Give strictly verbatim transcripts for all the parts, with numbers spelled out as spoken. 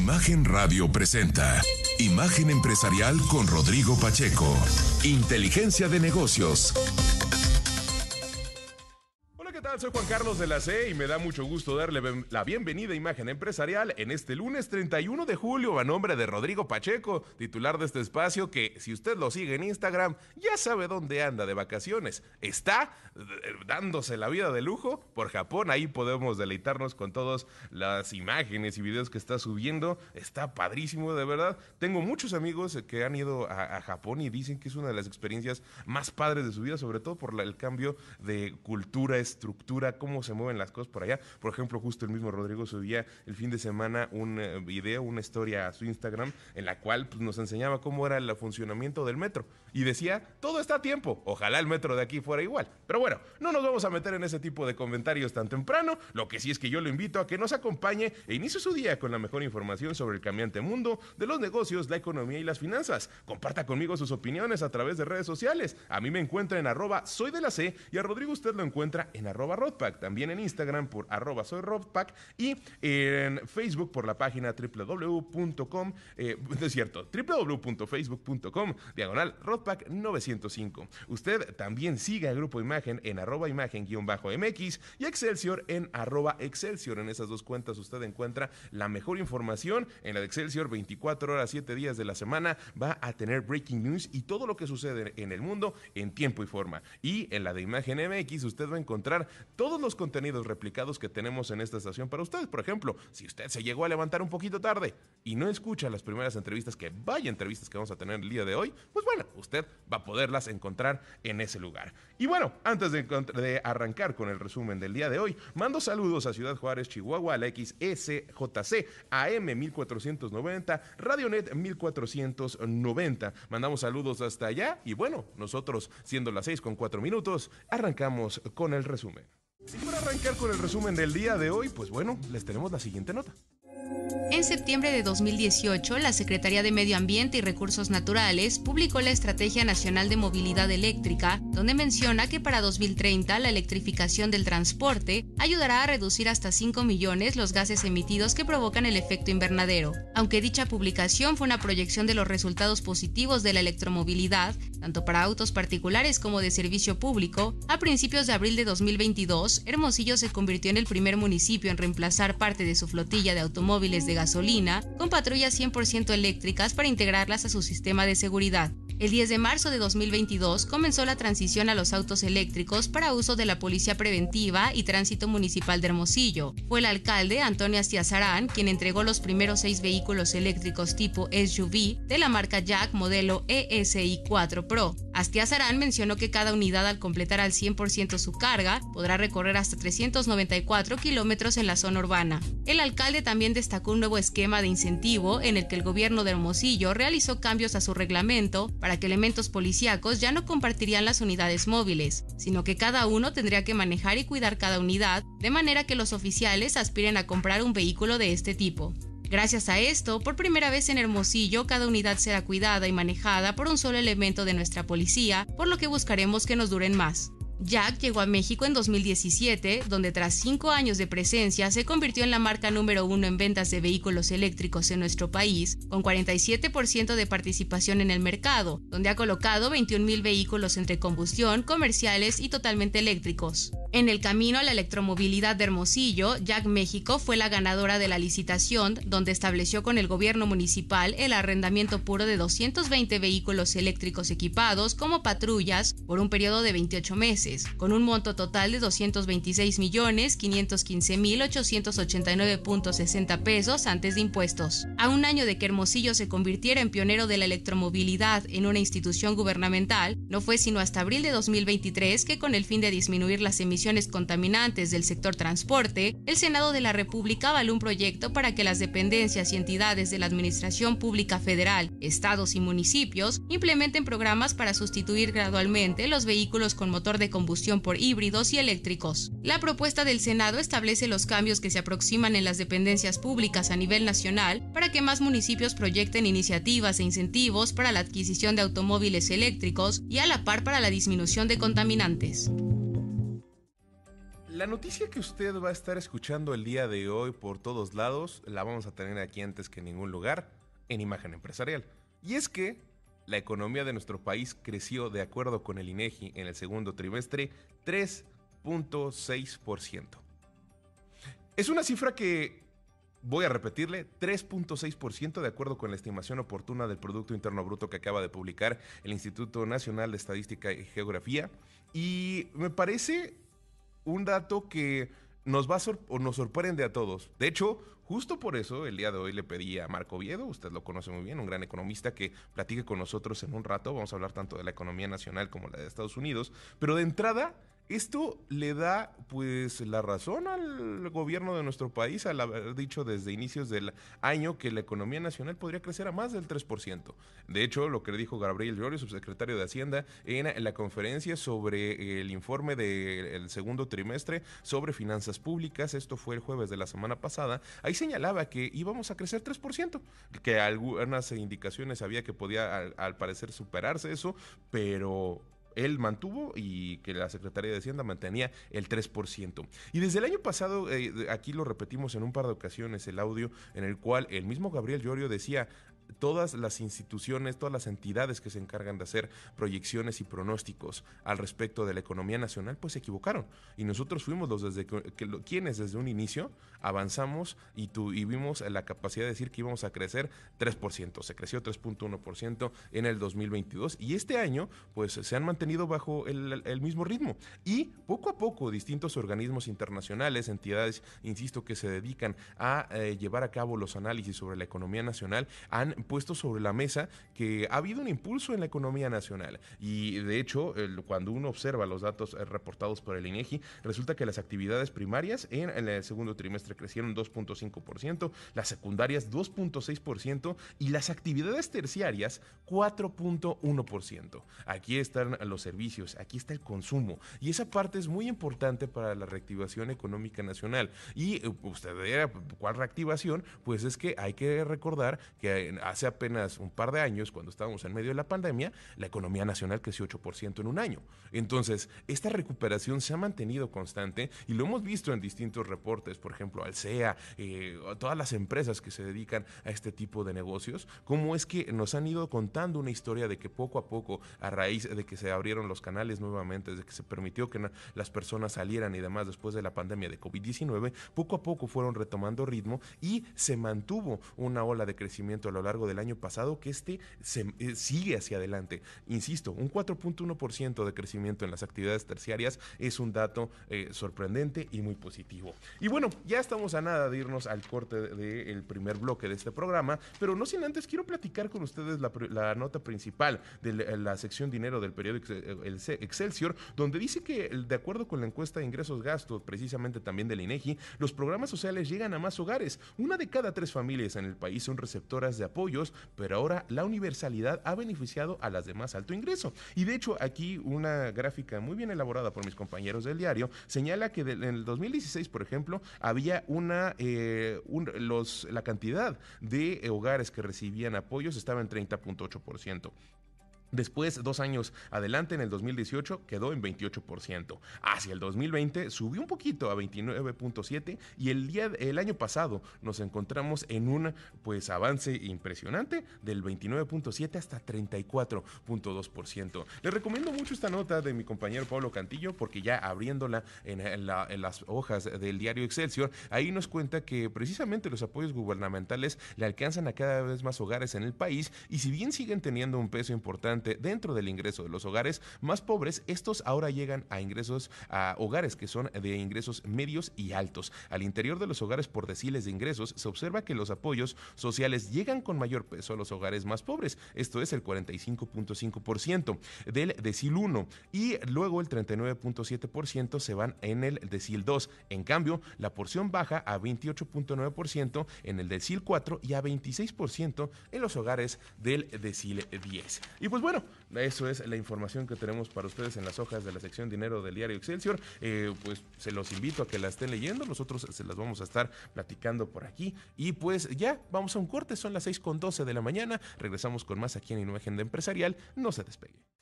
Imagen Radio presenta Imagen Empresarial con Rodrigo Pacheco. Inteligencia de negocios. ¿Qué tal? Soy Juan Carlos de la C y me da mucho gusto darle la bienvenida a Imagen Empresarial en este lunes treinta y uno de julio a nombre de Rodrigo Pacheco, titular de este espacio que, si usted lo sigue en Instagram, ya sabe dónde anda de vacaciones. Está dándose la vida de lujo por Japón. Ahí podemos deleitarnos con todas las imágenes y videos que está subiendo. Está padrísimo, de verdad. Tengo muchos amigos que han ido a, a Japón y dicen que es una de las experiencias más padres de su vida, sobre todo por la, el cambio de cultura, estructura, cómo se mueven las cosas por allá. Por ejemplo, justo el mismo Rodrigo subía el fin de semana un uh, video, una historia a su Instagram en la cual pues, nos enseñaba cómo era el funcionamiento del metro y decía, todo está a tiempo, ojalá el metro de aquí fuera igual. Pero bueno, no nos vamos a meter en ese tipo de comentarios tan temprano. Lo que sí es que yo lo invito a que nos acompañe e inicie su día con la mejor información sobre el cambiante mundo de los negocios, la economía y las finanzas. Comparta conmigo sus opiniones a través de redes sociales. A mí me encuentra en arroba soy de la C y a Rodrigo usted lo encuentra en arroba Rodpack, también en Instagram por arroba soy Rodpack y en Facebook por la página doble u doble u doble u punto com, eh, es cierto, doble u doble u doble u punto facebook punto com, diagonal Rodpack novecientos cinco. Usted también siga el Grupo Imagen en arroba imagen-mx y Excelsior en arroba Excelsior. En esas dos cuentas usted encuentra la mejor información. En la de Excelsior, veinticuatro horas, siete días de la semana, va a tener breaking news y todo lo que sucede en el mundo en tiempo y forma. Y en la de Imagen M X usted va a encontrar todos los contenidos replicados que tenemos en esta estación para ustedes. Por ejemplo, si usted se llegó a levantar un poquito tarde y no escucha las primeras entrevistas, que vaya entrevistas que vamos a tener el día de hoy, pues bueno, usted va a poderlas encontrar en ese lugar. Y bueno, antes de, de arrancar con el resumen del día de hoy, mando saludos a Ciudad Juárez, Chihuahua, a la X S J C, A M mil cuatrocientos noventa, Radionet mil cuatrocientos noventa. Mandamos saludos hasta allá y bueno, nosotros, siendo las seis con cuatro minutos, arrancamos con el resumen. Y para arrancar con el resumen del día de hoy, pues bueno, les tenemos la siguiente nota. En septiembre de dos mil dieciocho, la Secretaría de Medio Ambiente y Recursos Naturales publicó la Estrategia Nacional de Movilidad Eléctrica, donde menciona que para dos mil treinta la electrificación del transporte ayudará a reducir hasta cinco millones los gases emitidos que provocan el efecto invernadero. Aunque dicha publicación fue una proyección de los resultados positivos de la electromovilidad, tanto para autos particulares como de servicio público, a principios de abril de dos mil veintidós, Hermosillo se convirtió en el primer municipio en reemplazar parte de su flotilla de automóviles de gasolina con patrullas cien por ciento eléctricas para integrarlas a su sistema de seguridad. El diez de marzo de dos mil veintidós comenzó la transición a los autos eléctricos para uso de la Policía Preventiva y Tránsito Municipal de Hermosillo. Fue el alcalde Antonio Astiazarán quien entregó los primeros seis vehículos eléctricos tipo S U V de la marca Jack modelo E S I cuatro Pro. Astiazarán mencionó que cada unidad, al completar al cien por ciento su carga, podrá recorrer hasta trescientos noventa y cuatro kilómetros en la zona urbana. El alcalde también destacó un nuevo esquema de incentivo en el que el gobierno de Hermosillo realizó cambios a su reglamento para que elementos policíacos ya no compartirían las unidades móviles, sino que cada uno tendría que manejar y cuidar cada unidad, de manera que los oficiales aspiren a comprar un vehículo de este tipo. Gracias a esto, por primera vez en Hermosillo, cada unidad será cuidada y manejada por un solo elemento de nuestra policía, por lo que buscaremos que nos duren más. Jack llegó a México en dos mil diecisiete, donde tras cinco años de presencia se convirtió en la marca número uno en ventas de vehículos eléctricos en nuestro país, con cuarenta y siete por ciento de participación en el mercado, donde ha colocado veintiún mil vehículos entre combustión, comerciales y totalmente eléctricos. En el camino a la electromovilidad de Hermosillo, Jack México fue la ganadora de la licitación, donde estableció con el gobierno municipal el arrendamiento puro de doscientos veinte vehículos eléctricos equipados como patrullas por un periodo de veintiocho meses. Con un monto total de doscientos veintiséis millones quinientos quince mil ochocientos ochenta y nueve punto sesenta pesos antes de impuestos. A un año de que Hermosillo se convirtiera en pionero de la electromovilidad en una institución gubernamental, no fue sino hasta abril de dos mil veintitrés que, con el fin de disminuir las emisiones contaminantes del sector transporte, el Senado de la República avaló un proyecto para que las dependencias y entidades de la Administración Pública Federal, estados y municipios implementen programas para sustituir gradualmente los vehículos con motor de combustión por híbridos y eléctricos. La propuesta del Senado establece los cambios que se aproximan en las dependencias públicas a nivel nacional para que más municipios proyecten iniciativas e incentivos para la adquisición de automóviles eléctricos y a la par para la disminución de contaminantes. La noticia que usted va a estar escuchando el día de hoy por todos lados, la vamos a tener aquí antes que en ningún lugar, en Imagen Empresarial. Y es que la economía de nuestro país creció, de acuerdo con el INEGI, en el segundo trimestre, tres punto seis por ciento. Es una cifra que, voy a repetirle, tres punto seis por ciento de acuerdo con la estimación oportuna del Producto Interno Bruto que acaba de publicar el Instituto Nacional de Estadística y Geografía. Y me parece un dato que nos va a sor- o nos sorprende a todos. De hecho, justo por eso el día de hoy le pedí a Marco Oviedo, usted lo conoce muy bien, un gran economista, que platique con nosotros en un rato. Vamos a hablar tanto de la economía nacional como la de Estados Unidos, pero de entrada esto le da pues la razón al gobierno de nuestro país al haber dicho desde inicios del año que la economía nacional podría crecer a más del tres por ciento. De hecho, lo que le dijo Gabriel Llorio, subsecretario de Hacienda, en la conferencia sobre el informe del segundo trimestre sobre finanzas públicas, esto fue el jueves de la semana pasada, ahí señalaba que íbamos a crecer tres por ciento, que algunas indicaciones había que podía al, al parecer superarse eso, pero él mantuvo y que la Secretaría de Hacienda mantenía el tres por ciento. Y desde el año pasado, eh, aquí lo repetimos en un par de ocasiones, el audio en el cual el mismo Gabriel Llorio decía: todas las instituciones, todas las entidades que se encargan de hacer proyecciones y pronósticos al respecto de la economía nacional, pues se equivocaron. Y nosotros fuimos los desde que, que lo, quienes desde un inicio avanzamos y, tu, y vimos la capacidad de decir que íbamos a crecer tres por ciento. Se creció tres punto uno por ciento en el dos mil veintidós y este año pues se han mantenido bajo el, el mismo ritmo. Y poco a poco distintos organismos internacionales, entidades, insisto, que se dedican a eh, llevar a cabo los análisis sobre la economía nacional, han puesto sobre la mesa que ha habido un impulso en la economía nacional. Y de hecho, el, cuando uno observa los datos eh, reportados por el INEGI, resulta que las actividades primarias en, en el segundo trimestre crecieron dos punto cinco por ciento, las secundarias dos punto seis por ciento y las actividades terciarias cuatro punto uno por ciento. Aquí están los servicios, aquí está el consumo y esa parte es muy importante para la reactivación económica nacional. Y eh, usted dirá, ¿cuál reactivación? Pues es que hay que recordar que hace apenas un par de años, cuando estábamos en medio de la pandemia, la economía nacional creció ocho por ciento en un año. Entonces, esta recuperación se ha mantenido constante y lo hemos visto en distintos reportes, por ejemplo, Alsea, eh, todas las empresas que se dedican a este tipo de negocios, cómo es que nos han ido contando una historia de que poco a poco, a raíz de que se abrieron los canales nuevamente, de que se permitió que na- las personas salieran y demás después de la pandemia de COVID diecinueve, poco a poco fueron retomando ritmo y se mantuvo una ola de crecimiento a lo largo del año pasado que este se, eh, sigue hacia adelante. Insisto, un cuatro punto uno por ciento de crecimiento en las actividades terciarias es un dato eh, sorprendente y muy positivo. Y bueno, ya estamos a nada de irnos al corte del de, de primer bloque de este programa, pero no sin antes quiero platicar con ustedes la, la nota principal de la sección dinero del periódico el Excelsior, donde dice que de acuerdo con la encuesta de ingresos-gastos, precisamente también del INEGI, los programas sociales llegan a más hogares. Una de cada tres familias en el país son receptoras de apoyos, pero ahora la universalidad ha beneficiado a las de más alto ingreso. Y de hecho, aquí una gráfica muy bien elaborada por mis compañeros del diario señala que de, en el dos mil dieciséis, por ejemplo, había una eh, un, los, la cantidad de eh, hogares que recibían apoyos estaba en treinta punto ocho por ciento. Después, dos años adelante, en el dos mil dieciocho, quedó en veintiocho por ciento. Hacia el dos mil veinte subió un poquito a veintinueve punto siete por ciento y el, día, el año pasado nos encontramos en un pues, avance impresionante del veintinueve punto siete por ciento hasta treinta y cuatro punto dos por ciento. Les recomiendo mucho esta nota de mi compañero Pablo Cantillo porque ya abriéndola en, en, la, en las hojas del diario Excelsior, ahí nos cuenta que precisamente los apoyos gubernamentales le alcanzan a cada vez más hogares en el país y si bien siguen teniendo un peso importante dentro del ingreso de los hogares más pobres, estos ahora llegan a ingresos a hogares que son de ingresos medios y altos. Al interior de los hogares por deciles de ingresos se observa que los apoyos sociales llegan con mayor peso a los hogares más pobres, esto es el cuarenta y cinco punto cinco por ciento del decil uno y luego el treinta y nueve punto siete por ciento se van en el decil dos. En cambio, la porción baja a veintiocho punto nueve por ciento en el decil cuatro y a veintiséis por ciento en los hogares del decil diez. Y pues bueno, eso es la información que tenemos para ustedes en las hojas de la sección dinero del diario Excelsior. Eh, pues se los invito a que la estén leyendo, nosotros se las vamos a estar platicando por aquí. Y pues ya, vamos a un corte, son las seis con doce de la mañana, regresamos con más aquí en Imagen de Empresarial, no se despegue.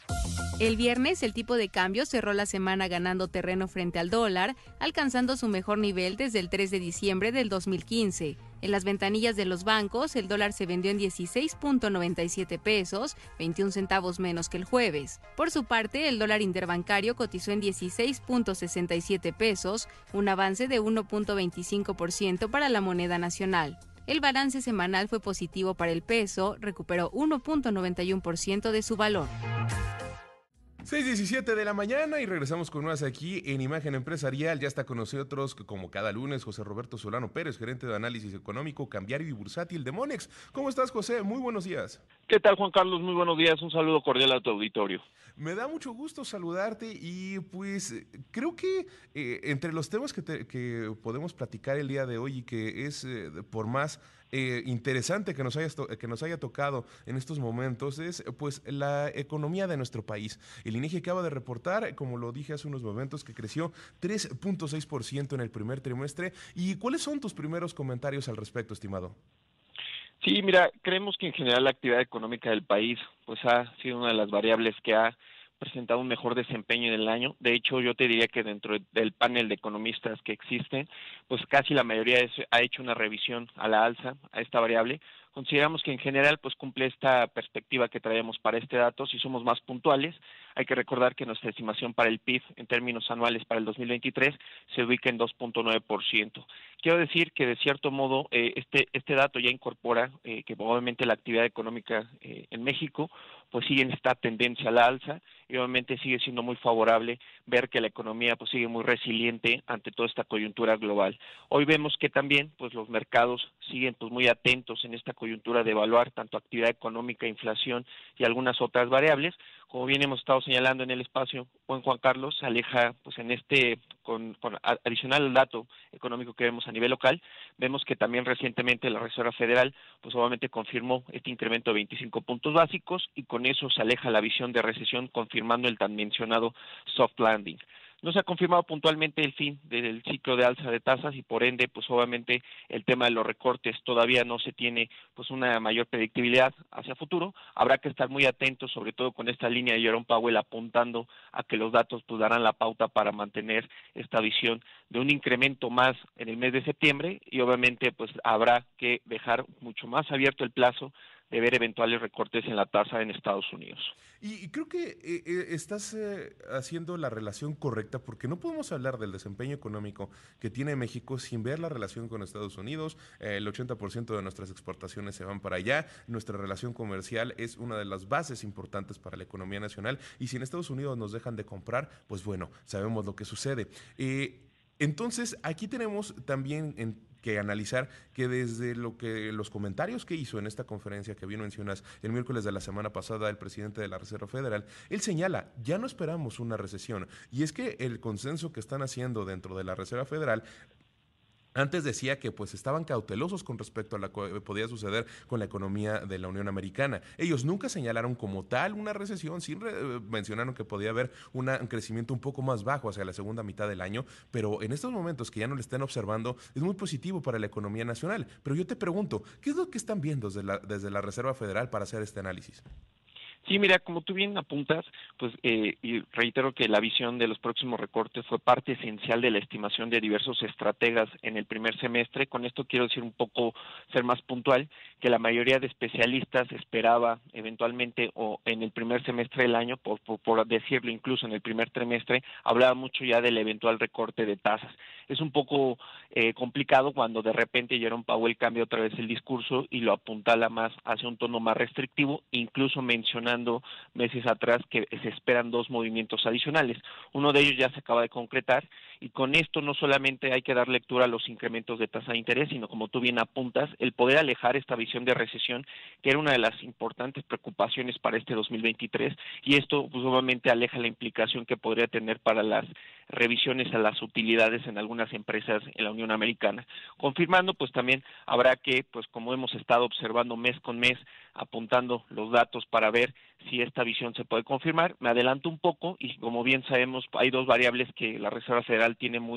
El viernes, el tipo de cambio cerró la semana ganando terreno frente al dólar, alcanzando su mejor nivel desde el tres de diciembre del dos mil quince. En las ventanillas de los bancos, el dólar se vendió en dieciséis punto noventa y siete pesos, veintiún centavos menos que el jueves. Por su parte, el dólar interbancario cotizó en dieciséis punto sesenta y siete pesos, un avance de uno punto veinticinco por ciento para la moneda nacional. El balance semanal fue positivo para el peso, recuperó uno punto noventa y uno por ciento de su valor. seis diecisiete de la mañana y regresamos con más aquí en Imagen Empresarial. Ya está con nosotros, como cada lunes, José Roberto Solano Pérez, gerente de análisis económico, cambiario y bursátil de Monex. ¿Cómo estás, José? Muy buenos días. ¿Qué tal, Juan Carlos? Muy buenos días. Un saludo cordial a tu auditorio. Me da mucho gusto saludarte y pues creo que eh, entre los temas que, te, que podemos platicar el día de hoy y que es eh, por más eh, interesante que nos, haya que nos haya tocado en estos momentos es pues la economía de nuestro país. El INEGI acaba de reportar, como lo dije hace unos momentos, que creció tres punto seis por ciento en el primer trimestre. ¿Y cuáles son tus primeros comentarios al respecto, estimado? Sí, mira, creemos que en general la actividad económica del país pues ha sido una de las variables que ha presentado un mejor desempeño en el año. De hecho, yo te diría que dentro del panel de economistas que existen, pues casi la mayoría es, ha hecho una revisión a la alza a esta variable. Consideramos que en general pues cumple esta perspectiva que traemos para este dato. Si somos más puntuales, hay que recordar que nuestra estimación para el P I B en términos anuales para el dos mil veintitrés se ubica en dos punto nueve por ciento. Quiero decir que de cierto modo eh, este este dato ya incorpora eh, que obviamente la actividad económica eh, en México pues sigue en esta tendencia a la alza y obviamente sigue siendo muy favorable ver que la economía pues sigue muy resiliente ante toda esta coyuntura global. Hoy vemos que también pues los mercados siguen pues muy atentos en esta coyuntura de evaluar tanto actividad económica, inflación y algunas otras variables. Como bien hemos estado señalando en el espacio, Juan Juan Carlos se aleja pues en este con, con adicional al dato económico que vemos a nivel local, vemos que también recientemente la Reserva Federal pues obviamente confirmó este incremento de veinticinco puntos básicos y con eso se aleja la visión de recesión, confirmando el tan mencionado soft landing. No se ha confirmado puntualmente el fin del ciclo de alza de tasas y por ende, pues obviamente el tema de los recortes todavía no se tiene pues una mayor predictibilidad hacia futuro. Habrá que estar muy atentos, sobre todo con esta línea de Jerome Powell apuntando a que los datos pues darán la pauta para mantener esta visión de un incremento más en el mes de septiembre y obviamente pues habrá que dejar mucho más abierto el plazo de ver eventuales recortes en la tasa en Estados Unidos. Y, y creo que eh, eh, estás eh, haciendo la relación correcta porque no podemos hablar del desempeño económico que tiene México sin ver la relación con Estados Unidos. Eh, el ochenta por ciento de nuestras exportaciones se van para allá. Nuestra relación comercial es una de las bases importantes para la economía nacional y si en Estados Unidos nos dejan de comprar, pues bueno, sabemos lo que sucede. Eh, entonces, aquí tenemos también en que analizar que desde lo que los comentarios que hizo en esta conferencia que bien mencionas el miércoles de la semana pasada el presidente de la Reserva Federal, él señala, ya no esperamos una recesión. Y es que el consenso que están haciendo dentro de la Reserva Federal antes decía que pues estaban cautelosos con respecto a lo que podía suceder con la economía de la Unión Americana. Ellos nunca señalaron como tal una recesión, sí re- mencionaron que podía haber una, un crecimiento un poco más bajo hacia la segunda mitad del año, pero en estos momentos que ya no lo estén observando es muy positivo para la economía nacional. Pero yo te pregunto, ¿qué es lo que están viendo desde la, desde la Reserva Federal para hacer este análisis? Sí, mira, como tú bien apuntas, pues eh, y reitero que la visión de los próximos recortes fue parte esencial de la estimación de diversos estrategas en el primer semestre. Con esto quiero decir un poco, ser más puntual, que la mayoría de especialistas esperaba eventualmente o en el primer semestre del año, por, por, por decirlo incluso en el primer trimestre, hablaba mucho ya del eventual recorte de tasas. Es un poco eh, complicado cuando de repente Jerome Powell cambia otra vez el discurso y lo apuntala más hacia un tono más restrictivo, incluso mencionando meses atrás que se esperan dos movimientos adicionales. Uno de ellos ya se acaba de concretar y con esto no solamente hay que dar lectura a los incrementos de tasa de interés, sino como tú bien apuntas, el poder alejar esta visión de recesión, que era una de las importantes preocupaciones para este dos mil veintitrés, y esto pues obviamente aleja la implicación que podría tener para las revisiones a las utilidades en algunas empresas en la Unión Americana. Confirmando, pues también habrá que, pues como hemos estado observando mes con mes, apuntando los datos para ver si esta visión se puede confirmar. Me adelanto un poco y como bien sabemos hay dos variables que la Reserva Federal tiene muy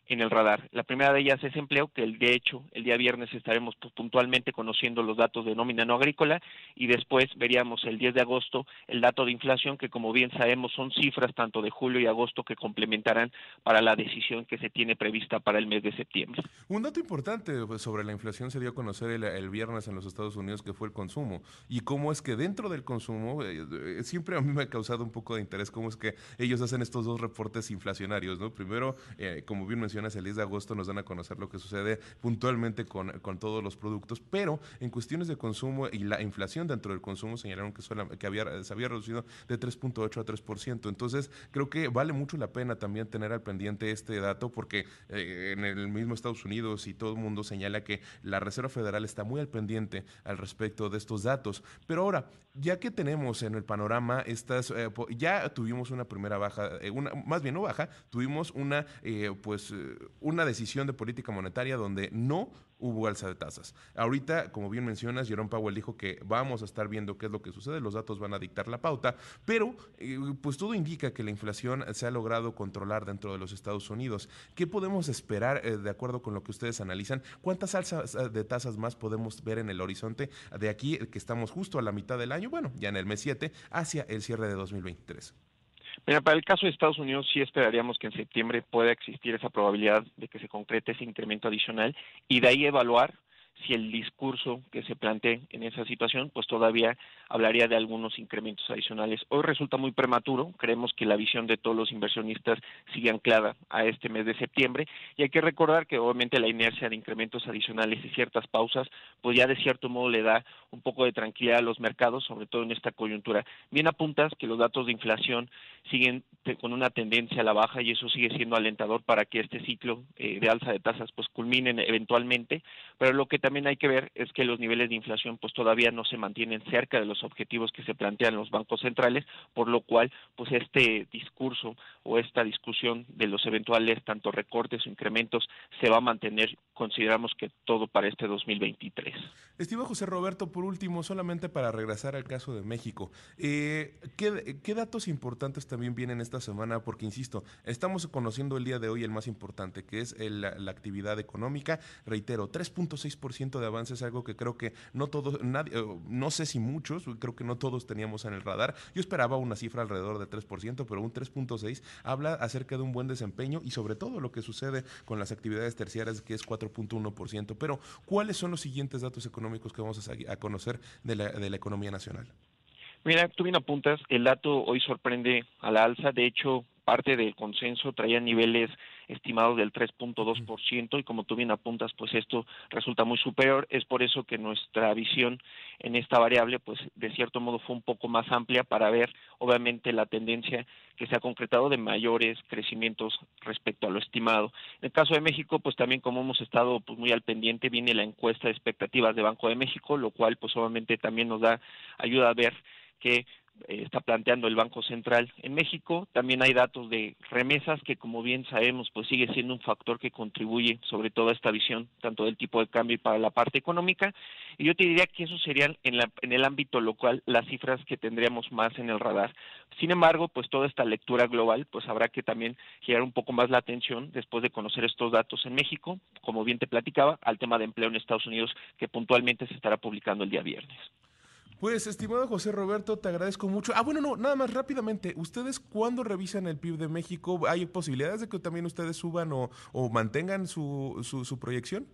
en el radar. La primera de ellas es empleo, que el, de hecho el día viernes estaremos pues, puntualmente conociendo los datos de nómina no agrícola, y después veríamos el diez de agosto el dato de inflación, que como bien sabemos son cifras tanto de julio y agosto que complementarán para la decisión que se tiene prevista para el mes de septiembre. Un dato importante sobre la inflación se dio a conocer el, el viernes en los Estados Unidos, que fue el consumo, y cómo es que dentro del consumo, eh, siempre a mí me ha causado un poco de interés cómo es que ellos hacen estos dos reportes inflacionarios, ¿no? Primero, eh, como bien mencionas, el diez de agosto nos dan a conocer lo que sucede puntualmente con, con todos los productos, pero en cuestiones de consumo y la inflación dentro del consumo señalaron que, sola, que había, se había reducido de tres punto ocho a tres por ciento. Entonces, creo que vale mucho la pena también tener al pendiente este dato, porque eh, en el mismo Estados Unidos y todo el mundo señala que la Reserva Federal está muy al pendiente al respecto de estos datos. Pero ahora, ya que tenemos en el panorama estas, eh, ya tuvimos una primera baja, eh, una, más bien no baja, tuvimos una, eh, pues, eh, una decisión de política monetaria donde no hubo alza de tasas. Ahorita, como bien mencionas, Jerome Powell dijo que vamos a estar viendo qué es lo que sucede, los datos van a dictar la pauta, pero eh, pues todo indica que la inflación se ha logrado controlar dentro de los Estados Unidos. ¿Qué podemos esperar eh, de acuerdo con lo que ustedes analizan? ¿Cuántas alzas de tasas más podemos ver en el horizonte de aquí, que estamos justo a la mitad del año, bueno, ya en el mes siete, hacia el cierre de dos mil veintitrés? Mira, para el caso de Estados Unidos sí esperaríamos que en septiembre pueda existir esa probabilidad de que se concrete ese incremento adicional, y de ahí evaluar si el discurso que se plantee en esa situación pues todavía hablaría de algunos incrementos adicionales. Hoy resulta muy prematuro, creemos que la visión de todos los inversionistas sigue anclada a este mes de septiembre, y hay que recordar que obviamente la inercia de incrementos adicionales y ciertas pausas pues ya de cierto modo le da un poco de tranquilidad a los mercados, sobre todo en esta coyuntura. Bien apuntas que los datos de inflación siguen te, con una tendencia a la baja, y eso sigue siendo alentador para que este ciclo eh, de alza de tasas pues culminen eventualmente, pero lo que también hay que ver es que los niveles de inflación pues todavía no se mantienen cerca de los objetivos que se plantean los bancos centrales, por lo cual pues este discurso o esta discusión de los eventuales tanto recortes o incrementos se va a mantener, consideramos que todo para este dos mil veintitrés. Estimado José Roberto, por último, solamente para regresar al caso de México, eh, ¿qué, ¿qué datos importantes también vienen esta semana? Porque, insisto, estamos conociendo el día de hoy el más importante, que es el, la actividad económica. Reitero, tres punto seis por ciento de avance es algo que creo que no todos, nadie, no sé si muchos, creo que no todos teníamos en el radar. Yo esperaba una cifra alrededor de tres por ciento, pero un tres punto seis por ciento habla acerca de un buen desempeño y sobre todo lo que sucede con las actividades terciarias, que es cuatro punto uno por ciento. Pero, ¿cuáles son los siguientes datos económicos que vamos a, a conocer de la, de la economía nacional? Mira, tú bien apuntas, el dato hoy sorprende a la alza. De hecho, parte del consenso traía niveles estimados del tres punto dos por ciento, y como tú bien apuntas, pues esto resulta muy superior. Es por eso que nuestra visión en esta variable, pues de cierto modo fue un poco más amplia para ver, obviamente, la tendencia que se ha concretado de mayores crecimientos respecto a lo estimado. En el caso de México, pues también como hemos estado pues muy al pendiente, viene la encuesta de expectativas de Banco de México, lo cual pues obviamente también nos da ayuda a ver que eh, está planteando el Banco Central en México. También hay datos de remesas que, como bien sabemos, pues sigue siendo un factor que contribuye sobre todo a esta visión tanto del tipo de cambio y para la parte económica, y yo te diría que eso serían en, la, en el ámbito local las cifras que tendríamos más en el radar. Sin embargo, pues toda esta lectura global pues habrá que también girar un poco más la atención después de conocer estos datos en México, como bien te platicaba, al tema de empleo en Estados Unidos, que puntualmente se estará publicando el día viernes. Pues, estimado José Roberto, te agradezco mucho. Ah, bueno, no, nada más rápidamente. ¿Ustedes cuándo revisan el P I B de México? ¿Hay posibilidades de que también ustedes suban o, o mantengan su, su, su proyección?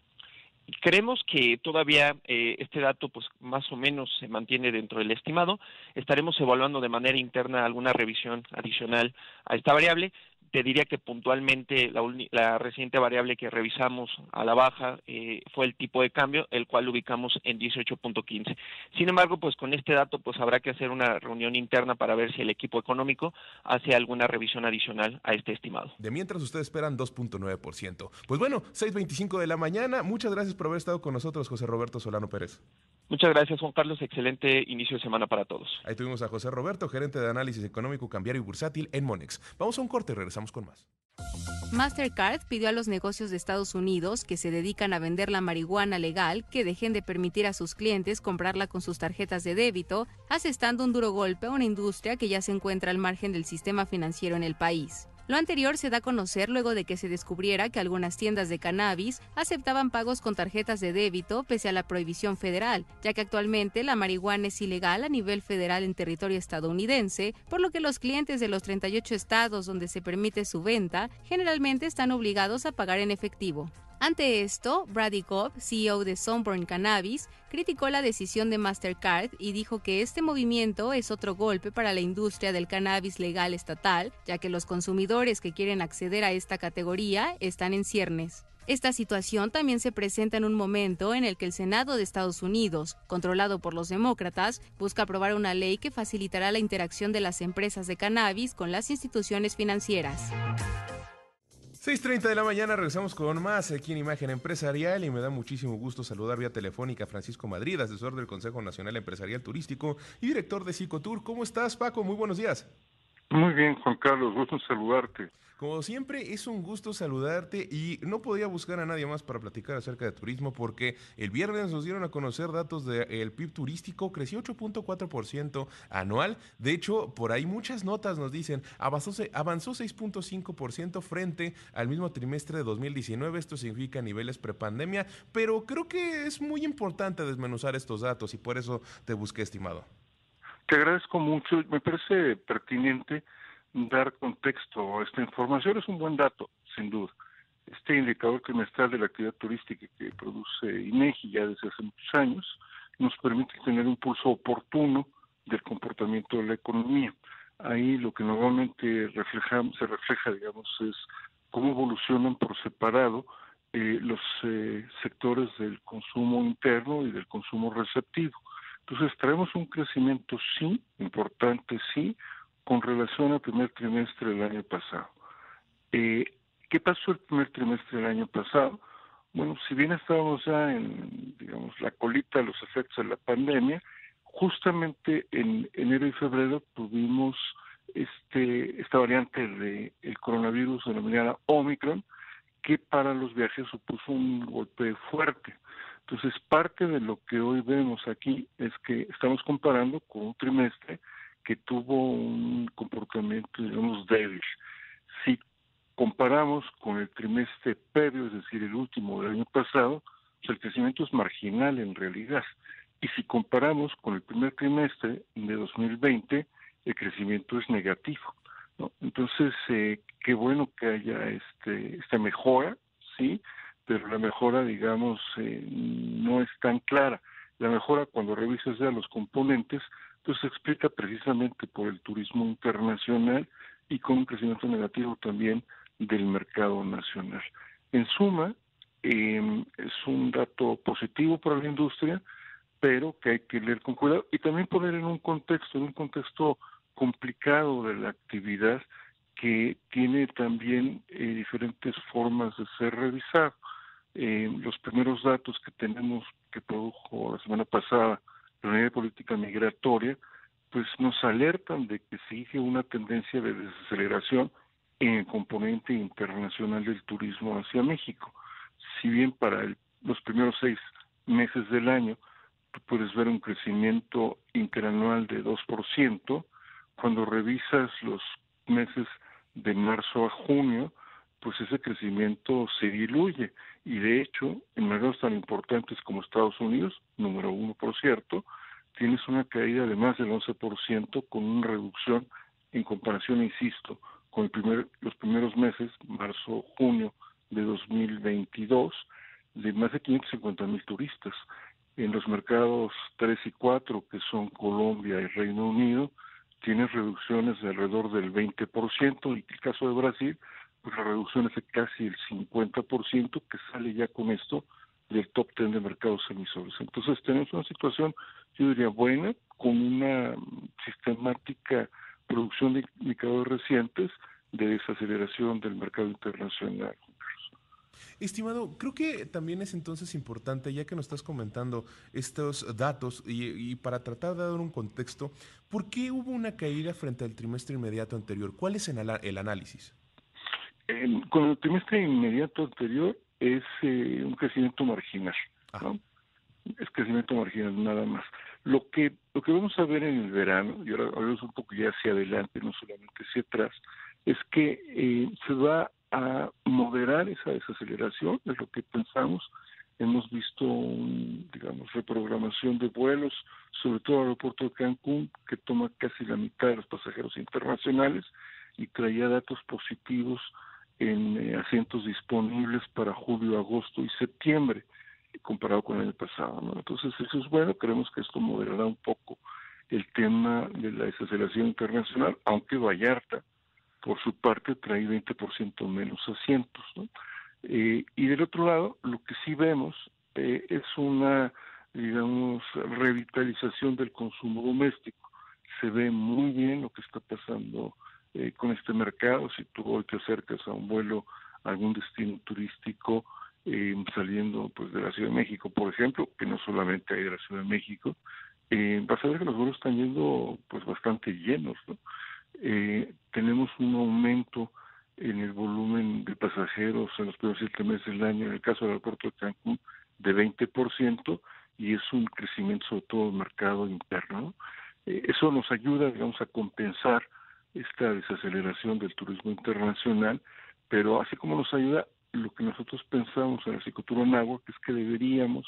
Creemos que todavía eh, este dato pues más o menos se mantiene dentro del estimado. Estaremos evaluando de manera interna alguna revisión adicional a esta variable. Te diría que puntualmente la, la reciente variable que revisamos a la baja eh, fue el tipo de cambio, el cual ubicamos en dieciocho punto quince. Sin embargo, pues con este dato pues habrá que hacer una reunión interna para ver si el equipo económico hace alguna revisión adicional a este estimado. De mientras ustedes esperan dos punto nueve por ciento. Pues bueno, seis veinticinco de la mañana. Muchas gracias por haber estado con nosotros, José Roberto Solano Pérez. Muchas gracias, Juan Carlos. Excelente inicio de semana para todos. Ahí tuvimos a José Roberto, gerente de análisis económico, cambiario y bursátil en Monex. Vamos a un corte y regresamos con más. Mastercard pidió a los negocios de Estados Unidos que se dedican a vender la marihuana legal que dejen de permitir a sus clientes comprarla con sus tarjetas de débito, asestando un duro golpe a una industria que ya se encuentra al margen del sistema financiero en el país. Lo anterior se da a conocer luego de que se descubriera que algunas tiendas de cannabis aceptaban pagos con tarjetas de débito pese a la prohibición federal, ya que actualmente la marihuana es ilegal a nivel federal en territorio estadounidense, por lo que los clientes de los treinta y ocho estados donde se permite su venta generalmente están obligados a pagar en efectivo. Ante esto, Brady Cobb, C E O de Sunburn Cannabis, criticó la decisión de Mastercard y dijo que este movimiento es otro golpe para la industria del cannabis legal estatal, ya que los consumidores que quieren acceder a esta categoría están en ciernes. Esta situación también se presenta en un momento en el que el Senado de Estados Unidos, controlado por los demócratas, busca aprobar una ley que facilitará la interacción de las empresas de cannabis con las instituciones financieras. seis treinta de la mañana, regresamos con más aquí en Imagen Empresarial y me da muchísimo gusto saludar vía telefónica a Francisco Madrid, asesor del Consejo Nacional Empresarial Turístico y director de Psicotour. ¿Cómo estás, Paco? Muy buenos días. Muy bien, Juan Carlos, gusto en saludarte. Como siempre, es un gusto saludarte y no podía buscar a nadie más para platicar acerca de turismo porque el viernes nos dieron a conocer datos del P I B turístico, creció ocho punto cuatro por ciento anual. De hecho, por ahí muchas notas nos dicen, avanzó, avanzó seis punto cinco por ciento frente al mismo trimestre de dos mil diecinueve, esto significa niveles prepandemia, pero creo que es muy importante desmenuzar estos datos y por eso te busqué, estimado. Te agradezco mucho, me parece pertinente dar contexto a esta información. Es un buen dato, sin duda. Este indicador trimestral de la actividad turística que produce INEGI ya desde hace muchos años nos permite tener un pulso oportuno del comportamiento de la economía. Ahí lo que normalmente refleja, se refleja, digamos, es cómo evolucionan por separado eh, los eh, sectores del consumo interno y del consumo receptivo. Entonces traemos un crecimiento sí, importante sí, con relación al primer trimestre del año pasado. Eh, ¿Qué pasó el primer trimestre del año pasado? Bueno, si bien estábamos ya en, digamos, la colita de los efectos de la pandemia, justamente en enero y febrero tuvimos este esta variante del coronavirus denominada Omicron, que para los viajes supuso un golpe fuerte. Entonces, parte de lo que hoy vemos aquí es que estamos comparando con un trimestre que tuvo un comportamiento, digamos, débil. Si comparamos con el trimestre previo, es decir, el último del año pasado, pues el crecimiento es marginal en realidad. Y si comparamos con el primer trimestre de dos mil veinte, el crecimiento es negativo, ¿no? Entonces, eh, qué bueno que haya este esta mejora, ¿sí? Pero la mejora, digamos, eh, no es tan clara. La mejora, cuando revisas ya los componentes, pues se explica precisamente por el turismo internacional y con un crecimiento negativo también del mercado nacional. En suma, eh, es un dato positivo para la industria, pero que hay que leer con cuidado y también poner en un contexto, en un contexto complicado de la actividad que tiene también eh, diferentes formas de ser revisado. Eh, los primeros datos que tenemos que produjo la semana pasada la Unidad de Política Migratoria, pues nos alertan de que sigue una tendencia de desaceleración en el componente internacional del turismo hacia México. Si bien para el, los primeros seis meses del año tú puedes ver un crecimiento interanual de dos por ciento, cuando revisas los meses de marzo a junio, pues ese crecimiento se diluye. Y de hecho, en mercados tan importantes como Estados Unidos, número uno por cierto, tienes una caída de más del once por ciento con una reducción en comparación, insisto, con el primer, los primeros meses, marzo, junio de dos mil veintidós, de más de quinientos cincuenta mil turistas. En los mercados tres y cuatro, que son Colombia y Reino Unido, tienes reducciones de alrededor del veinte por ciento, y en el caso de Brasil, pues la reducción es de casi el cincuenta por ciento, que sale ya con esto del top diez de mercados emisores. Entonces tenemos una situación, yo diría, buena, con una sistemática producción de indicadores recientes de desaceleración del mercado internacional. Estimado, creo que también es entonces importante, ya que nos estás comentando estos datos y, y para tratar de dar un contexto, ¿por qué hubo una caída frente al trimestre inmediato anterior? ¿Cuál es el, el análisis? Eh, con el trimestre inmediato anterior es eh, un crecimiento marginal, ¿no? Es crecimiento marginal nada más. Lo que lo que vamos a ver en el verano, y ahora hablamos un poco ya hacia adelante, no solamente hacia atrás, es que eh, se va a moderar esa desaceleración, es lo que pensamos. Hemos visto, un, digamos, reprogramación de vuelos, sobre todo al aeropuerto de Cancún, que toma casi la mitad de los pasajeros internacionales y traía datos positivos en eh, asientos disponibles para julio, agosto y septiembre, comparado con el año pasado, ¿no? Entonces eso es bueno, creemos que esto moderará un poco el tema de la desaceleración internacional, aunque Vallarta, por su parte, trae veinte por ciento menos asientos, ¿no? Eh, y del otro lado, lo que sí vemos eh, es una, digamos, revitalización del consumo doméstico. Se ve muy bien lo que está pasando eh, con este mercado. Si tú hoy te acercas a un vuelo, a algún destino turístico, eh, saliendo pues de la Ciudad de México, por ejemplo, que no solamente hay de la Ciudad de México, eh, vas a ver que los vuelos están yendo pues bastante llenos, ¿no? Eh, tenemos un aumento en el volumen de pasajeros en los primeros siete meses del año, en el caso del aeropuerto de Cancún, de veinte por ciento, y es un crecimiento sobre todo del mercado interno, ¿no? Eh, eso nos ayuda, digamos, a compensar esta desaceleración del turismo internacional, pero así como nos ayuda, lo que nosotros pensamos en la Cicotur Anáhuac es que deberíamos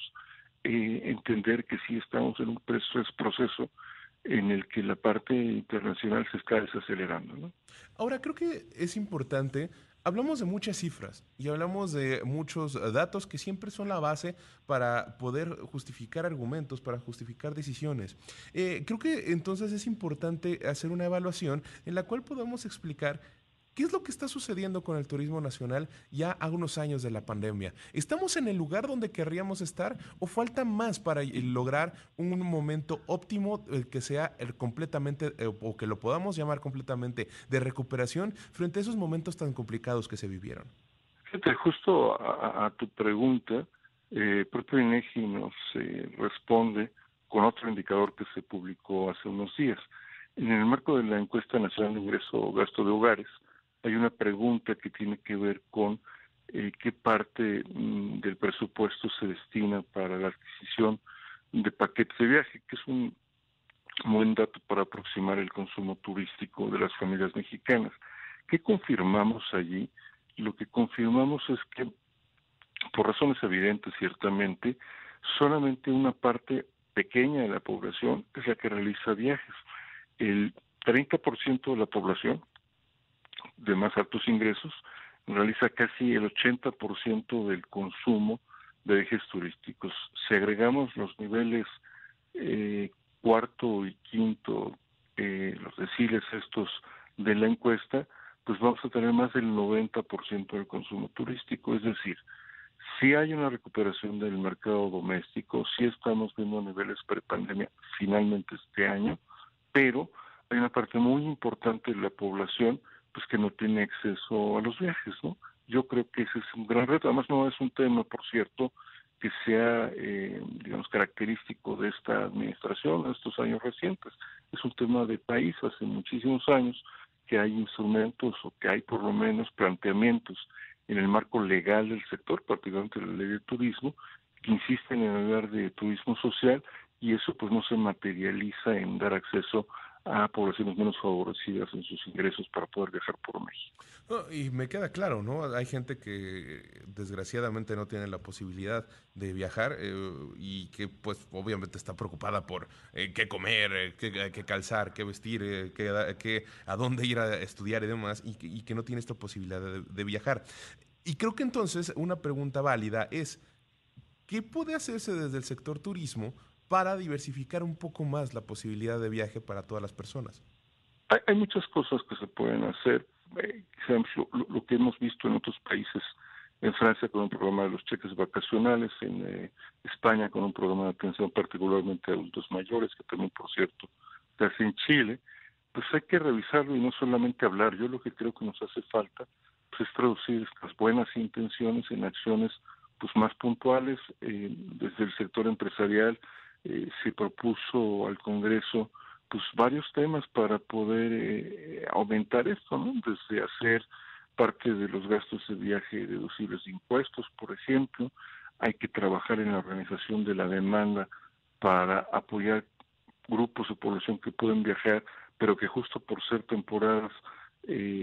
eh, entender que sí estamos en un proceso en el que la parte internacional se está desacelerando, ¿no? Ahora, creo que es importante, hablamos de muchas cifras y hablamos de muchos datos que siempre son la base para poder justificar argumentos, para justificar decisiones. Eh, creo que entonces es importante hacer una evaluación en la cual podamos explicar ¿qué es lo que está sucediendo con el turismo nacional ya a unos años de la pandemia? ¿Estamos en el lugar donde querríamos estar o falta más para lograr un momento óptimo eh, que sea el completamente, eh, o que lo podamos llamar completamente, de recuperación frente a esos momentos tan complicados que se vivieron? Fíjate, justo a, a tu pregunta, eh, propio INEGI nos eh, responde con otro indicador que se publicó hace unos días. En el marco de la encuesta nacional de ingreso o gasto de hogares, hay una pregunta que tiene que ver con eh, qué parte mm, del presupuesto se destina para la adquisición de paquetes de viaje, que es un buen dato para aproximar el consumo turístico de las familias mexicanas. ¿Qué confirmamos allí? Lo que confirmamos es que, por razones evidentes ciertamente, solamente una parte pequeña de la población es la que realiza viajes. El treinta por ciento de la población de más altos ingresos realiza casi el ochenta por ciento del consumo de viajes turísticos. Si agregamos los niveles eh, cuarto y quinto, eh, los deciles estos de la encuesta, pues vamos a tener más del noventa por ciento del consumo turístico. Es decir, sí hay una recuperación del mercado doméstico, sí estamos viendo niveles prepandemia finalmente este año, pero hay una parte muy importante de la población pues que no tiene acceso a los viajes, ¿no? Yo creo que ese es un gran reto. Además, no es un tema, por cierto, que sea, eh, digamos, característico de esta administración en estos años recientes. Es un tema de país, hace muchísimos años que hay instrumentos o que hay por lo menos planteamientos en el marco legal del sector, particularmente la ley de turismo, que insisten en hablar de turismo social y eso pues no se materializa en dar acceso a poblaciones menos favorecidas en sus ingresos para poder viajar por México. No, y me queda claro, ¿no? Hay gente que desgraciadamente no tiene la posibilidad de viajar eh, y que pues obviamente está preocupada por eh, qué comer, eh, qué, qué calzar, qué vestir, eh, qué, qué, a dónde ir a estudiar y demás, y, y que no tiene esta posibilidad de, de viajar. Y creo que entonces una pregunta válida es, ¿qué puede hacerse desde el sector turismo para diversificar un poco más la posibilidad de viaje para todas las personas? Hay, hay muchas cosas que se pueden hacer. Eh, lo, lo que hemos visto en otros países, en Francia con un programa de los cheques vacacionales, en eh, España con un programa de atención particularmente a adultos mayores, que también, por cierto, se hace en Chile, pues hay que revisarlo y no solamente hablar. Yo lo que creo que nos hace falta pues, es traducir estas buenas intenciones en acciones pues más puntuales. Eh, desde el sector empresarial eh, se propuso al Congreso pues varios temas para poder eh, aumentar esto, ¿no? Desde hacer parte de los gastos de viaje deducibles de impuestos, por ejemplo. Hay que trabajar en la organización de la demanda para apoyar grupos de población que pueden viajar, pero que justo por ser temporadas eh,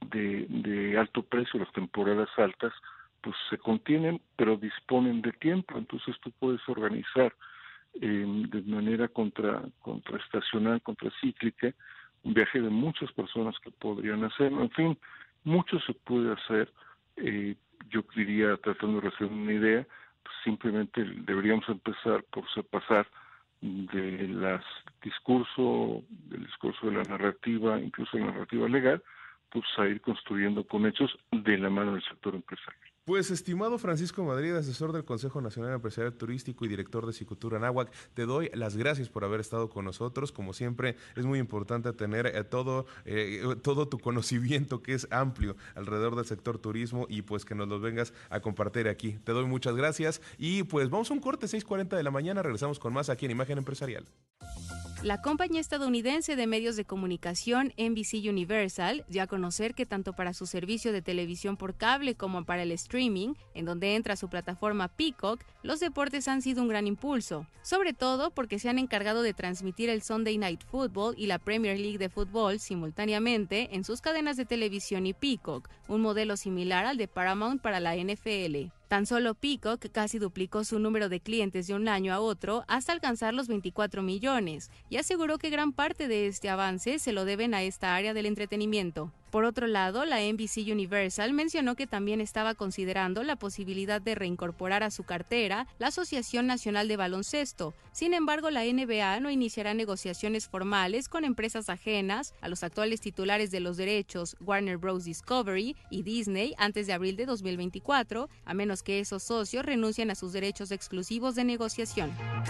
de, de alto precio, las temporadas altas, pues se contienen, pero disponen de tiempo. Entonces tú puedes organizar eh, de manera contra contraestacional, contracíclica, un viaje de muchas personas que podrían hacerlo. En fin, mucho se puede hacer. Eh, yo diría, tratando de hacer una idea, pues simplemente deberíamos empezar por pasar de las discurso, del discurso de la narrativa, incluso de la narrativa legal, pues a ir construyendo con hechos de la mano del sector empresarial. Pues, estimado Francisco Madrid, asesor del Consejo Nacional Empresarial Turístico y director de Cicutura Anáhuac, te doy las gracias por haber estado con nosotros. Como siempre, es muy importante tener eh, todo, eh, todo tu conocimiento, que es amplio, alrededor del sector turismo, y pues que nos los vengas a compartir aquí. Te doy muchas gracias y pues vamos a un corte, seis cuarenta de la mañana, regresamos con más aquí en Imagen Empresarial. La compañía estadounidense de medios de comunicación N B C Universal dio a conocer que tanto para su servicio de televisión por cable como para el streaming, en donde entra su plataforma Peacock, los deportes han sido un gran impulso, sobre todo porque se han encargado de transmitir el Sunday Night Football y la Premier League de fútbol simultáneamente en sus cadenas de televisión y Peacock, un modelo similar al de Paramount para la N F L. Tan solo Peacock casi duplicó su número de clientes de un año a otro hasta alcanzar los veinticuatro millones y aseguró que gran parte de este avance se lo deben a esta área del entretenimiento. Por otro lado, la N B C Universal mencionó que también estaba considerando la posibilidad de reincorporar a su cartera la Asociación Nacional de Baloncesto. Sin embargo, la N B A no iniciará negociaciones formales con empresas ajenas a los actuales titulares de los derechos, Warner Bros. Discovery y Disney, antes de abril de dos mil veinticuatro, a menos que esos socios renuncien a sus derechos exclusivos de negociación.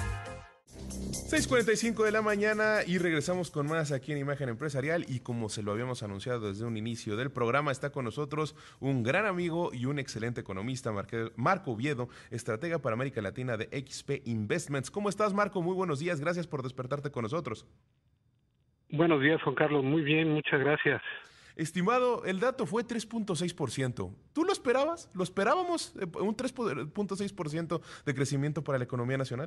seis cuarenta y cinco de la mañana y regresamos con más aquí en Imagen Empresarial, y como se lo habíamos anunciado desde un inicio del programa, está con nosotros un gran amigo y un excelente economista, Marco Oviedo, estratega para América Latina de X P Investments. ¿Cómo estás, Marco? Muy buenos días, gracias por despertarte con nosotros. Buenos días, Juan Carlos, muy bien, muchas gracias. Estimado, el dato fue tres punto seis por ciento. ¿Tú lo esperabas? ¿Lo esperábamos? ¿Un tres punto seis por ciento de crecimiento para la economía nacional?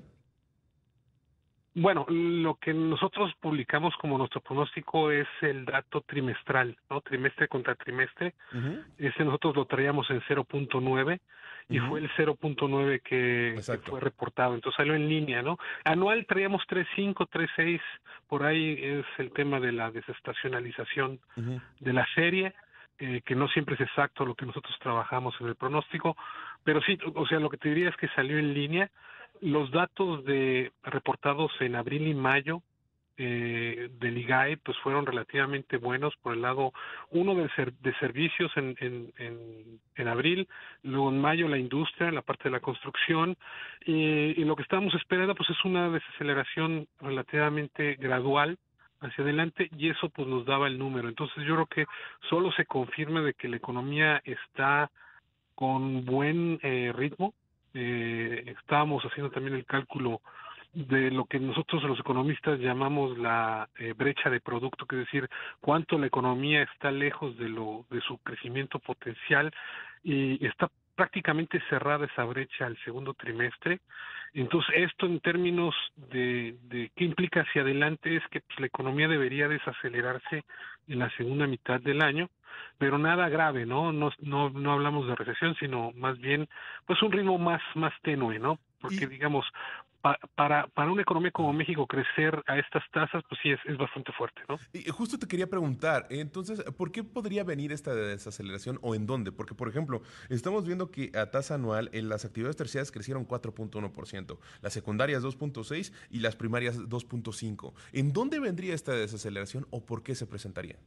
Bueno, lo que nosotros publicamos como nuestro pronóstico es el dato trimestral, ¿no? Trimestre contra trimestre. Uh-huh. Ese nosotros lo traíamos en cero punto nueve y uh-huh. fue el cero punto nueve que, que fue reportado. Entonces salió en línea, ¿no? Anual traíamos tres punto cinco, tres punto seis, por ahí es el tema de la desestacionalización uh-huh. de la serie. Eh, que no siempre es exacto lo que nosotros trabajamos en el pronóstico, pero sí, o sea, lo que te diría es que salió en línea. Los datos de reportados en abril y mayo eh, del I G A E pues fueron relativamente buenos por el lado uno de, ser, de servicios en, en, en, en abril, luego en mayo la industria, la parte de la construcción, eh, y lo que estábamos esperando pues es una desaceleración relativamente gradual hacia adelante, y eso pues nos daba el número. Entonces yo creo que solo se confirma de que la economía está con buen eh, ritmo. Eh, estábamos haciendo también el cálculo de lo que nosotros los economistas llamamos la eh, brecha de producto, que es decir, cuánto la economía está lejos de lo de su crecimiento potencial, y está prácticamente cerrada esa brecha al segundo trimestre. Entonces, esto en términos de, de qué implica hacia adelante es que pues, la economía debería desacelerarse en la segunda mitad del año, pero nada grave, ¿no? No, no, no hablamos de recesión, sino más bien, pues un ritmo más, más tenue, ¿no? Porque, y... digamos, pa, para, para una economía como México crecer a estas tasas, pues sí, es, es bastante fuerte, ¿no? Y justo te quería preguntar, entonces, ¿por qué podría venir esta desaceleración o en dónde? Porque, por ejemplo, estamos viendo que a tasa anual en las actividades terciarias crecieron cuatro punto uno por ciento, las secundarias dos punto seis por ciento y las primarias dos punto cinco por ciento. ¿En dónde vendría esta desaceleración o por qué se presentaría?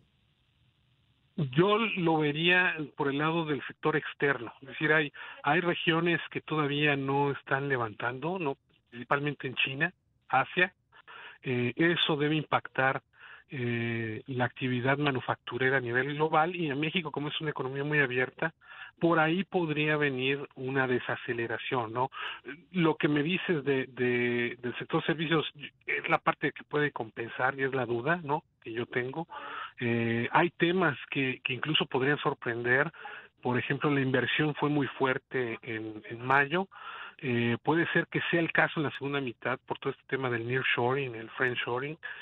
Yo lo vería por el lado del sector externo, es decir, hay hay regiones que todavía no están levantando, no, principalmente en China, Asia. Eh, eso debe impactar eh, la actividad manufacturera a nivel global, y en México, como es una economía muy abierta, por ahí podría venir una desaceleración, ¿no? Lo que me dices de, de del sector servicios es la parte que puede compensar, y es la duda, ¿no?, que yo tengo. Eh, hay temas que, que incluso podrían sorprender. Por ejemplo, la inversión fue muy fuerte en, en mayo. Eh, puede ser que sea el caso en la segunda mitad por todo este tema del nearshoring, el friendshoring.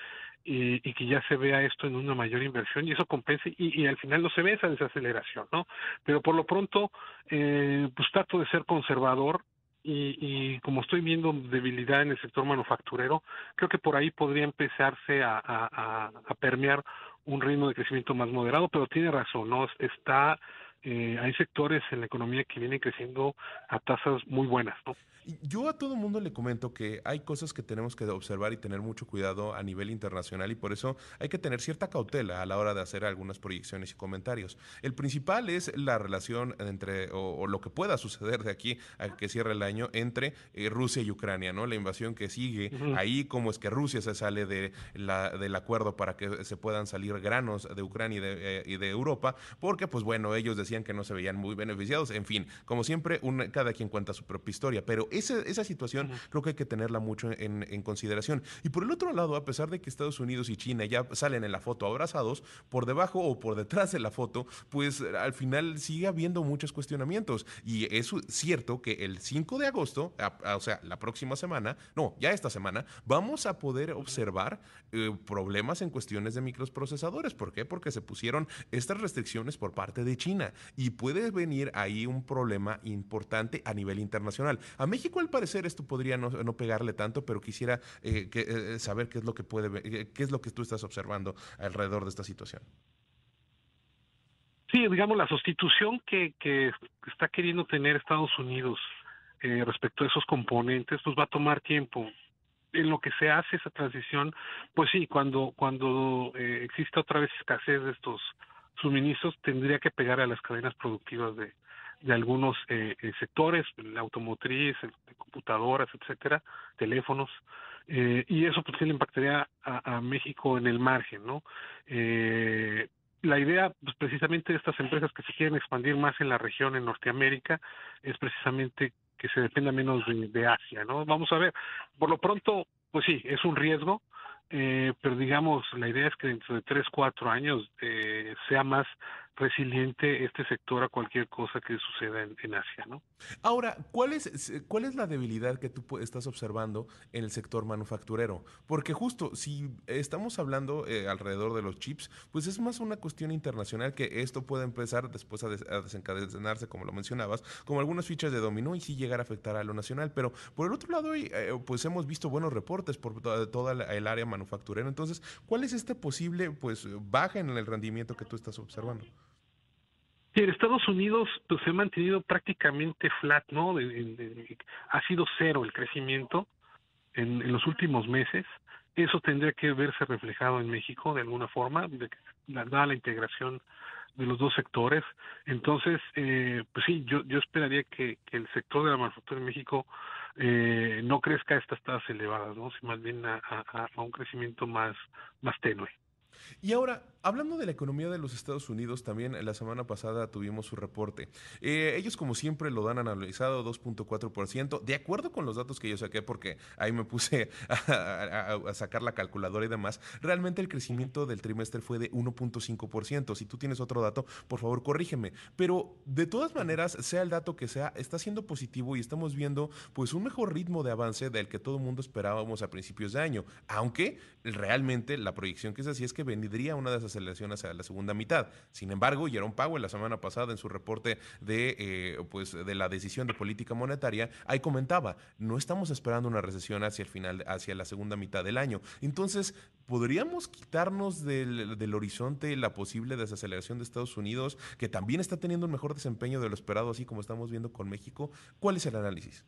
y, y que ya se vea esto en una mayor inversión y eso compense y, y al final no se ve esa desaceleración, ¿no? Pero por lo pronto, eh, pues trato de ser conservador y, y como estoy viendo debilidad en el sector manufacturero, creo que por ahí podría empezarse a, a, a permear un ritmo de crecimiento más moderado, pero tiene razón, ¿no? Está, eh, hay sectores en la economía que vienen creciendo a tasas muy buenas, ¿no? Yo a todo mundo le comento que hay cosas que tenemos que observar y tener mucho cuidado a nivel internacional y por eso hay que tener cierta cautela a la hora de hacer algunas proyecciones y comentarios. El principal es la relación entre, o, o lo que pueda suceder de aquí a que cierre el año entre eh, Rusia y Ucrania, ¿no? La invasión que sigue, uh-huh. ahí cómo es que Rusia se sale de la, del acuerdo para que se puedan salir granos de Ucrania y de, eh, y de Europa, porque pues bueno, ellos decían que no se veían muy beneficiados, en fin, como siempre, una, cada quien cuenta su propia historia, pero Ese, esa situación uh-huh. creo que hay que tenerla mucho en, en consideración. Y por el otro lado, a pesar de que Estados Unidos y China ya salen en la foto abrazados, por debajo o por detrás de la foto, pues al final sigue habiendo muchos cuestionamientos. Y es cierto que el cinco de agosto, a, a, o sea, la próxima semana, no, ya esta semana, vamos a poder observar eh, problemas en cuestiones de microprocesadores. ¿Por qué? Porque se pusieron estas restricciones por parte de China y puede venir ahí un problema importante a nivel internacional. A México al parecer esto podría no, no pegarle tanto, pero quisiera eh, que, eh, saber qué es lo que puede, eh, qué es lo que tú estás observando alrededor de esta situación. Sí, digamos, la sustitución que, que está queriendo tener Estados Unidos eh, respecto a esos componentes, pues va a tomar tiempo. En lo que se hace esa transición, pues sí, cuando, cuando eh, exista otra vez escasez de estos suministros, tendría que pegar a las cadenas productivas de de algunos eh, sectores, la automotriz, el, de computadoras, etcétera, teléfonos, eh, y eso pues sí le impactaría a, a México en el margen, ¿no? Eh, la idea, pues precisamente de estas empresas que se quieren expandir más en la región, en Norteamérica, es precisamente que se dependa menos de, de Asia, ¿no? Vamos a ver, por lo pronto, pues sí, es un riesgo, eh, pero digamos, la idea es que dentro de tres, cuatro años eh, sea más resiliente este sector a cualquier cosa que suceda en, en Asia, ¿no? Ahora, ¿cuál es, ¿cuál es la debilidad que tú estás observando en el sector manufacturero? Porque justo si estamos hablando eh, alrededor de los chips, pues es más una cuestión internacional que esto puede empezar después a, des a desencadenarse, como lo mencionabas, como algunas fichas de dominó y sí llegar a afectar a lo nacional. Pero por el otro lado, eh, pues hemos visto buenos reportes por toda, toda la, el área manufacturera. Entonces, ¿cuál es este posible pues baja en el rendimiento que tú estás observando? Sí, en Estados Unidos pues se ha mantenido prácticamente flat, ¿no? De, de, de, ha sido cero el crecimiento en, en los últimos meses. Eso tendría que verse reflejado en México de alguna forma, de, dada la integración de los dos sectores. Entonces, eh, pues sí, yo, yo esperaría que, que el sector de la manufactura en México eh, no crezca a estas tasas elevadas, ¿no? Sino más bien a, a, a un crecimiento más, más tenue. Y ahora, hablando de la economía de los Estados Unidos, también la semana pasada tuvimos su reporte. Eh, ellos, como siempre, lo dan analizado, dos punto cuatro por ciento, de acuerdo con los datos que yo saqué, porque ahí me puse a, a, a sacar la calculadora y demás. Realmente el crecimiento del trimestre fue de uno punto cinco por ciento. Si tú tienes otro dato, por favor, corrígeme. Pero, de todas maneras, sea el dato que sea, está siendo positivo y estamos viendo pues un mejor ritmo de avance del que todo el mundo esperábamos a principios de año. Aunque, realmente, la proyección que se hacía es que vendría una desaceleración hacia la segunda mitad. Sin embargo, Jerome Powell la semana pasada en su reporte de, eh, pues, de la decisión de política monetaria, ahí comentaba, no estamos esperando una recesión hacia el final, hacia la segunda mitad del año. Entonces, ¿podríamos quitarnos del, del horizonte la posible desaceleración de Estados Unidos, que también está teniendo un mejor desempeño de lo esperado, así como estamos viendo con México? ¿Cuál es el análisis?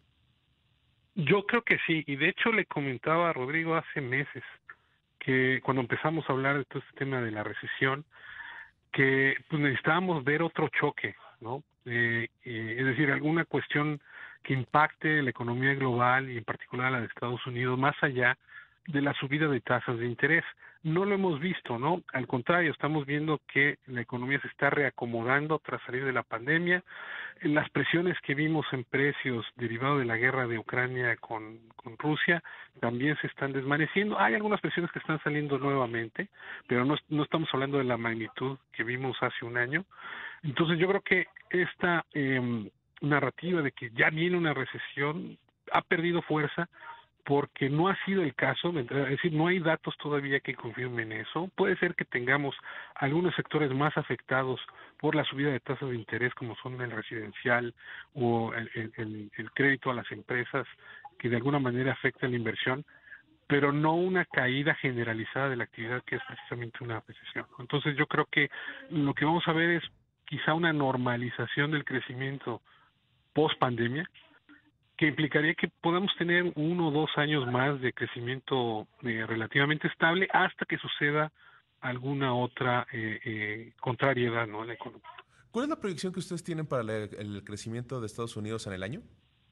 Yo creo que sí, y de hecho le comentaba a Rodrigo hace meses, que cuando empezamos a hablar de todo este tema de la recesión, que pues necesitábamos ver otro choque, ¿no? Eh, eh, es decir, alguna cuestión que impacte la economía global y en particular la de Estados Unidos, más allá de la subida de tasas de interés. No lo hemos visto, ¿no? Al contrario, estamos viendo que la economía se está reacomodando tras salir de la pandemia. Las presiones que vimos en precios derivados de la guerra de Ucrania con, con Rusia también se están desvaneciendo. Hay algunas presiones que están saliendo nuevamente, pero no, no estamos hablando de la magnitud que vimos hace un año. Entonces yo creo que esta eh, narrativa de que ya viene una recesión ha perdido fuerza, porque no ha sido el caso, es decir, no hay datos todavía que confirmen eso. Puede ser que tengamos algunos sectores más afectados por la subida de tasas de interés, como son el residencial o el, el, el crédito a las empresas, que de alguna manera afectan la inversión, pero no una caída generalizada de la actividad, que es precisamente una recesión. Entonces yo creo que lo que vamos a ver es quizá una normalización del crecimiento post pandemia, que implicaría que podamos tener uno o dos años más de crecimiento eh, relativamente estable hasta que suceda alguna otra eh, eh, contrariedad, ¿no?, en la economía. ¿Cuál es la proyección que ustedes tienen para el, el crecimiento de Estados Unidos en el año?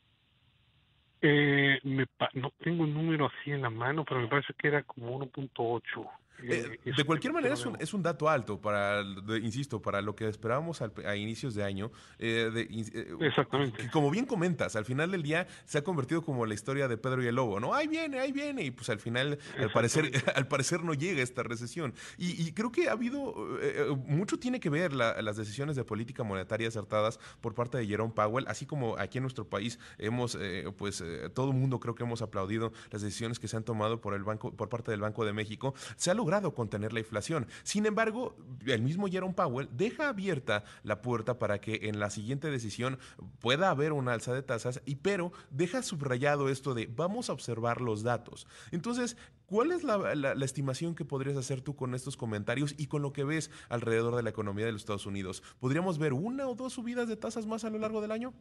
Eh, me pa- no tengo un número así en la mano, pero me parece que era como uno punto ocho. Eh, de cualquier manera es un, es un dato alto para, de, insisto, para lo que esperábamos al, a inicios de año. Eh, de, eh, Exactamente. Que, como bien comentas, al final del día se ha convertido como la historia de Pedro y el Lobo, ¿no? Ahí viene, ahí viene, y pues al final, al parecer, al parecer no llega esta recesión. Y, y creo que ha habido, eh, mucho tiene que ver la, las decisiones de política monetaria acertadas por parte de Jerome Powell, así como aquí en nuestro país hemos, eh, pues eh, todo el mundo creo que hemos aplaudido las decisiones que se han tomado por el banco, por parte del Banco de México. Se ha logrado contener la inflación. Sin embargo, el mismo Jerome Powell deja abierta la puerta para que en la siguiente decisión pueda haber una alza de tasas, y pero deja subrayado esto de vamos a observar los datos. Entonces, ¿cuál es la, la, la estimación que podrías hacer tú con estos comentarios y con lo que ves alrededor de la economía de los Estados Unidos? ¿Podríamos ver una o dos subidas de tasas más a lo largo del año?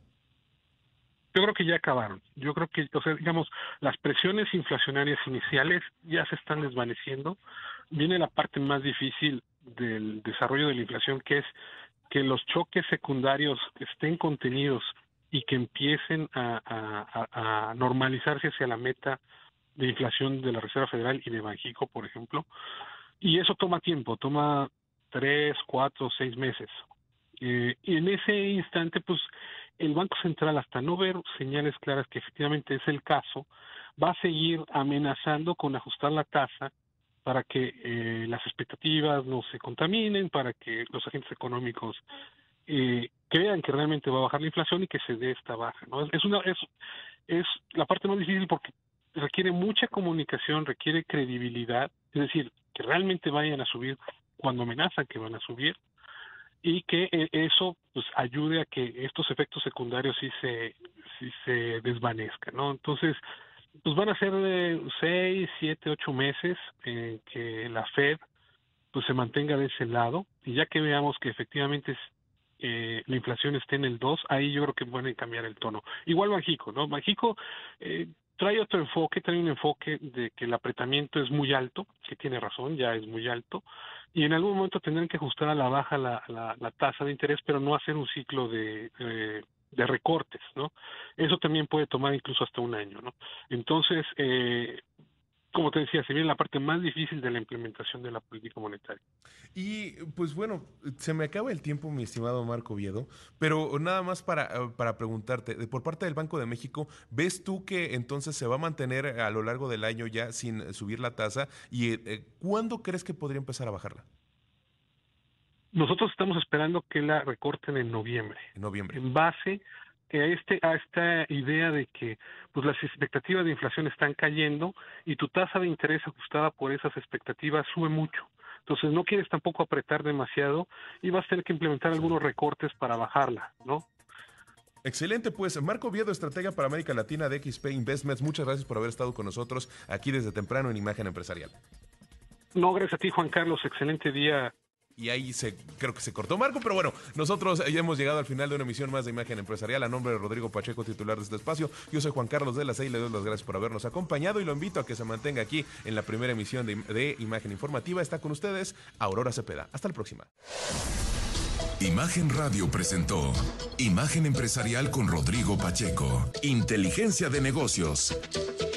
Yo creo que ya acabaron. Yo creo que, o sea, digamos, las presiones inflacionarias iniciales ya se están desvaneciendo. Viene la parte más difícil del desarrollo de la inflación, que es que los choques secundarios estén contenidos y que empiecen a, a, a normalizarse hacia la meta de inflación de la Reserva Federal y de Banxico, por ejemplo. Y eso toma tiempo, toma tres, cuatro, seis meses. Eh, y en ese instante, pues, el Banco Central, hasta no ver señales claras que efectivamente es el caso, va a seguir amenazando con ajustar la tasa para que eh, las expectativas no se contaminen, para que los agentes económicos eh, crean que realmente va a bajar la inflación y que se dé esta baja, ¿no? Es una es es la parte más difícil porque requiere mucha comunicación, requiere credibilidad, es decir, que realmente vayan a subir cuando amenazan que van a subir, y que eh, eso pues ayude a que estos efectos secundarios sí se sí se desvanezcan, ¿no? Entonces, pues van a ser eh, seis, siete, ocho meses eh, que la Fed pues se mantenga de ese lado, y ya que veamos que efectivamente eh, la inflación esté en el dos, ahí yo creo que pueden cambiar el tono. Igual Banxico, ¿no? Banxico eh, trae otro enfoque, trae un enfoque de que el apretamiento es muy alto, que tiene razón, ya es muy alto, y en algún momento tendrán que ajustar a la baja la, la, la tasa de interés, pero no hacer un ciclo de, eh, de recortes, ¿no? Eso también puede tomar incluso hasta un año, ¿no? Entonces, eh, como te decía, se viene la parte más difícil de la implementación de la política monetaria. Y pues bueno, se me acaba el tiempo, mi estimado Marco Oviedo, pero nada más para, para preguntarte, por parte del Banco de México, ¿ves tú que entonces se va a mantener a lo largo del año ya sin subir la tasa? ¿Y eh, cuándo crees que podría empezar a bajarla? Nosotros estamos esperando que la recorten en noviembre. En noviembre. En base a, este, a esta idea de que pues las expectativas de inflación están cayendo y tu tasa de interés ajustada por esas expectativas sube mucho. Entonces no quieres tampoco apretar demasiado y vas a tener que implementar algunos recortes para bajarla, ¿no? Excelente, pues Marco Oviedo, estratega para América Latina de X P Investments, muchas gracias por haber estado con nosotros aquí desde temprano en Imagen Empresarial. No, gracias a ti, Juan Carlos, excelente día. Y ahí se creo que se cortó Marco, pero bueno, nosotros ya hemos llegado al final de una emisión más de Imagen Empresarial. A nombre de Rodrigo Pacheco, titular de este espacio, yo soy Juan Carlos de la C y le doy las gracias por habernos acompañado y lo invito a que se mantenga aquí en la primera emisión de, de Imagen Informativa. Está con ustedes Aurora Cepeda. Hasta la próxima. Imagen Radio presentó Imagen Empresarial con Rodrigo Pacheco. Inteligencia de negocios.